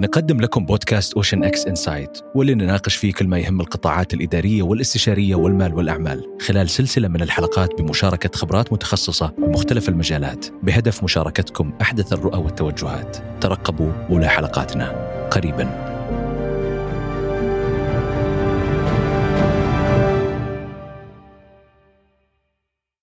نقدم لكم بودكاست أوشن إكس إنسايت، واللي نناقش فيه كل ما يهم القطاعات الإدارية والاستشارية والمال والأعمال خلال سلسلة من الحلقات بمشاركة خبرات متخصصة بمختلف المجالات، بهدف مشاركتكم أحدث الرؤى والتوجهات. ترقبوا أولى حلقاتنا قريباً.